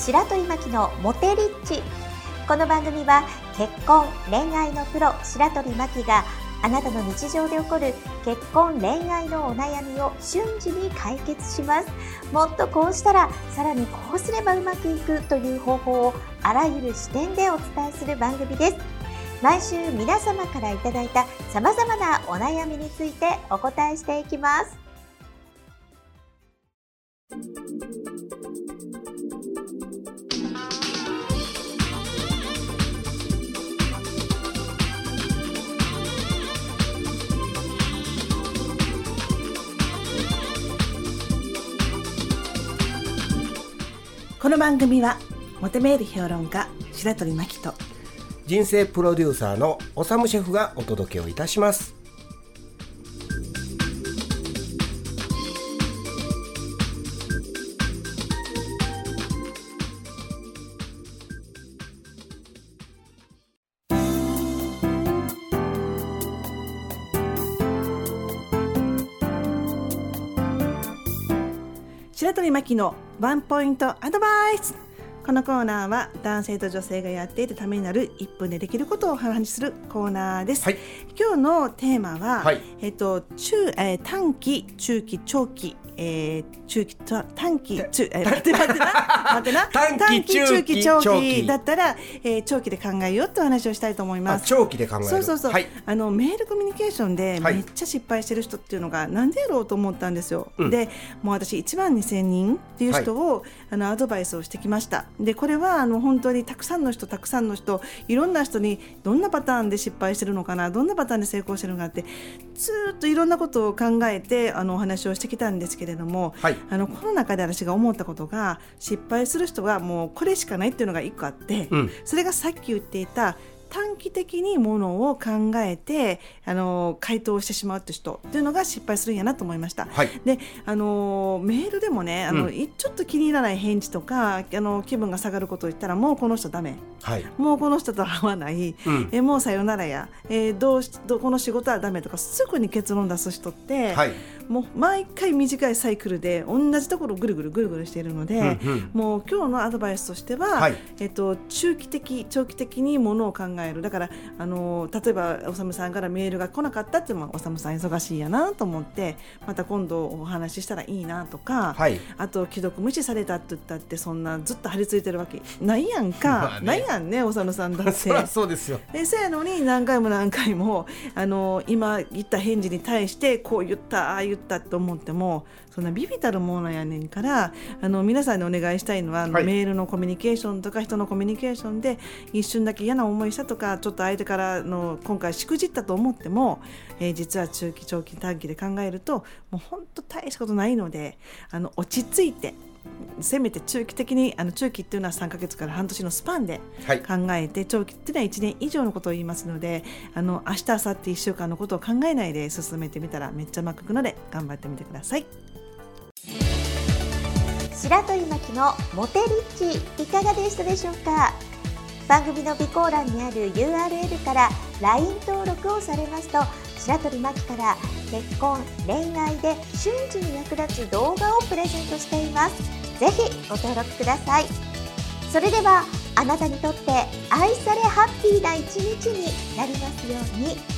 白鳥真希のモテリッチ。この番組は結婚恋愛のプロ白鳥真希があなたの日常で起こる結婚恋愛のお悩みを瞬時に解決します。もっとこうしたらさらにこうすればうまくいくという方法をあらゆる視点でお伝えする番組です。毎週皆様からいただいたさまざまなお悩みについてお答えしていきます。 この番組はモテメール評論家白鳥真希と人生プロデューサーのおさむシェフがお届けをいたします。 白鳥真希のワンポイントアドバイス。このコーナーは男性と女性がやっていてためになる1分でできることをお話しするコーナーです、はい、今日のテーマは、はい、短期、中期、長期、中期と短期待ってな短期、中期、長期だったら、長期で考えようってお話をしたいと思います。 長期で考える。 そう、 はい、 メールコミュニケーションでめっちゃ失敗してる人っていうのがなんでやろうと思ったんですよ、でもう私12000人っていう人を、アドバイスをしてきました。でこれは本当にたくさんの人いろんな人にどんなパターンで失敗してるのかな、どんなパターンで成功してるのかってずっといろんなことを考えてお話をしてきたんですけれども、はい、この中で私が思ったことが、失敗する人はもうこれしかないっていうのが一個あって、それがさっき言っていた短期的にものを考えて回答してしまうって人っていうのが失敗するんやなと思いました、はい、でメールでもねちょっと気に入らない返事とか気分が下がることを言ったらもうこの人ダメ、はい、もうこの人と会わない、もうさよならや、この仕事はダメとかすぐに結論出す人って、はい、もう毎回短いサイクルで同じところをぐるぐるしているので、もう今日のアドバイスとしては、はい、中期的長期的にものを考える。だから例えばおさむさんからメールが来なかったっておさむさん忙しいやなと思ってまた今度お話ししたらいいなとか、はい、あと既読無視されたって言ったってそんなずっと張り付いてるわけないやんか、ないやんねおさむさんだってそうですよ。 そうやのに何回も今言った返事に対してこう言ったああ言ったと思ってもそんなビビたるものやねんから、皆さんにお願いしたいのは、はい、メールのコミュニケーションとか人のコミュニケーションで一瞬だけ嫌な思いしたとかちょっと相手から今回しくじったと思っても、実は中期長期短期で考えるともう本当大したことないので落ち着いてせめて中期的に中期っていうのは3ヶ月から半年のスパンで考えて、はい、長期っていうのは1年以上のことを言いますので明日明後日1週間のことを考えないで進めてみたらめっちゃうまくいくので頑張ってみてください。 白鳥真希のモテリッチいかがでしたでしょうか。番組の備考欄にある URL から LINE 登録をされますと白鳥真希から結婚恋愛で瞬時に役立つ動画をプレゼントしています。ぜひご登録ください。それではあなたにとって愛されハッピーな一日になりますように。